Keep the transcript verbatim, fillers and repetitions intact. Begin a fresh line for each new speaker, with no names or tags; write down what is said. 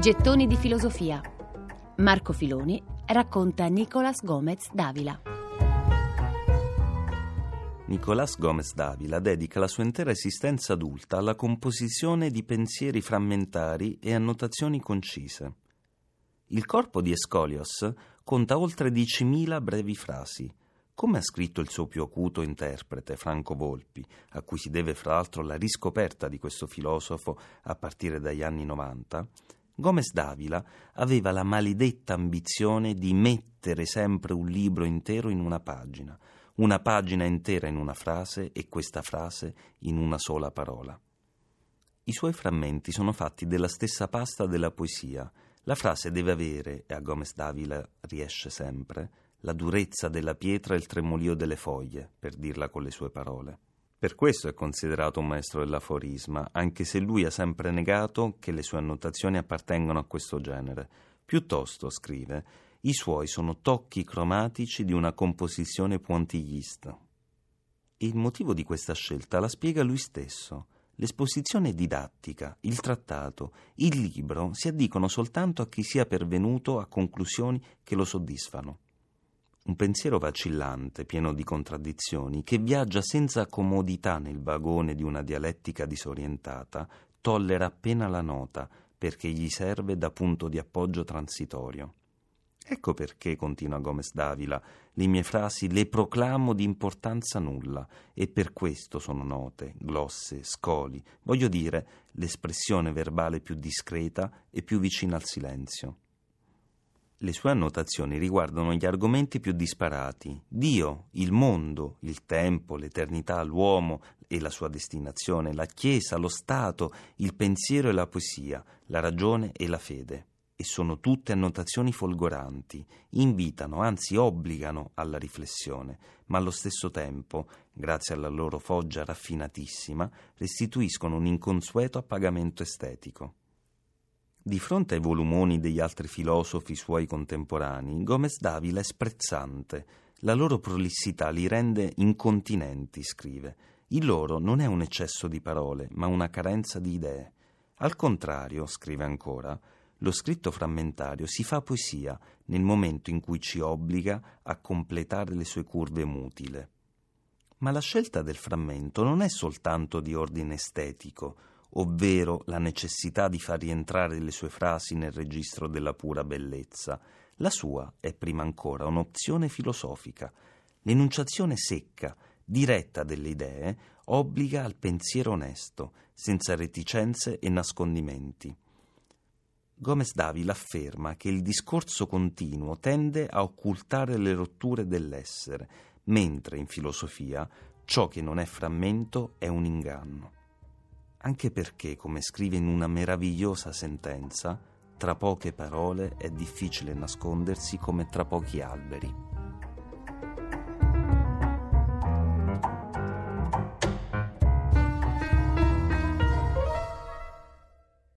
Gettoni di filosofia. Marco Filoni racconta Nicolás Gómez Dávila.
Nicolás Gómez Dávila dedica la sua intera esistenza adulta alla composizione di pensieri frammentari e annotazioni concise. Il corpo di Escolios conta oltre diecimila brevi frasi. Come ha scritto il suo più acuto interprete, Franco Volpi, a cui si deve fra l'altro la riscoperta di questo filosofo a partire dagli anni novanta, Gómez Dávila aveva la maledetta ambizione di mettere sempre un libro intero in una pagina, una pagina intera in una frase e questa frase in una sola parola. I suoi frammenti sono fatti della stessa pasta della poesia. La frase deve avere, e a Gómez Dávila riesce sempre, la durezza della pietra e il tremolio delle foglie, per dirla con le sue parole. Per questo è considerato un maestro dell'aforisma, anche se lui ha sempre negato che le sue annotazioni appartengono a questo genere. Piuttosto, scrive, i suoi sono tocchi cromatici di una composizione pointillistica. E il motivo di questa scelta la spiega lui stesso. L'esposizione didattica, il trattato, il libro si addicono soltanto a chi sia pervenuto a conclusioni che lo soddisfano. Un pensiero vacillante, pieno di contraddizioni, che viaggia senza comodità nel vagone di una dialettica disorientata, tollera appena la nota, perché gli serve da punto di appoggio transitorio. Ecco perché, continua Gómez Dávila, le mie frasi le proclamo di importanza nulla, e per questo sono note, glosse, scoli, voglio dire, l'espressione verbale più discreta e più vicina al silenzio. Le sue annotazioni riguardano gli argomenti più disparati: Dio, il mondo, il tempo, l'eternità, l'uomo e la sua destinazione, la Chiesa, lo Stato, il pensiero e la poesia, la ragione e la fede. E sono tutte annotazioni folgoranti, invitano, anzi obbligano alla riflessione, ma allo stesso tempo, grazie alla loro foggia raffinatissima, restituiscono un inconsueto appagamento estetico. Di fronte ai volumoni degli altri filosofi suoi contemporanei, Gómez Dávila è sprezzante. La loro prolissità li rende incontinenti, scrive. Il loro non è un eccesso di parole, ma una carenza di idee. Al contrario, scrive ancora, lo scritto frammentario si fa poesia nel momento in cui ci obbliga a completare le sue curve mutile. Ma la scelta del frammento non è soltanto di ordine estetico, ovvero la necessità di far rientrare le sue frasi nel registro della pura bellezza. La sua è prima ancora un'opzione filosofica. L'enunciazione secca, diretta delle idee, obbliga al pensiero onesto, senza reticenze e nascondimenti. Gómez Dávila afferma che il discorso continuo tende a occultare le rotture dell'essere, mentre in filosofia ciò che non è frammento è un inganno. Anche perché, come scrive in una meravigliosa sentenza, tra poche parole è difficile nascondersi come tra pochi alberi.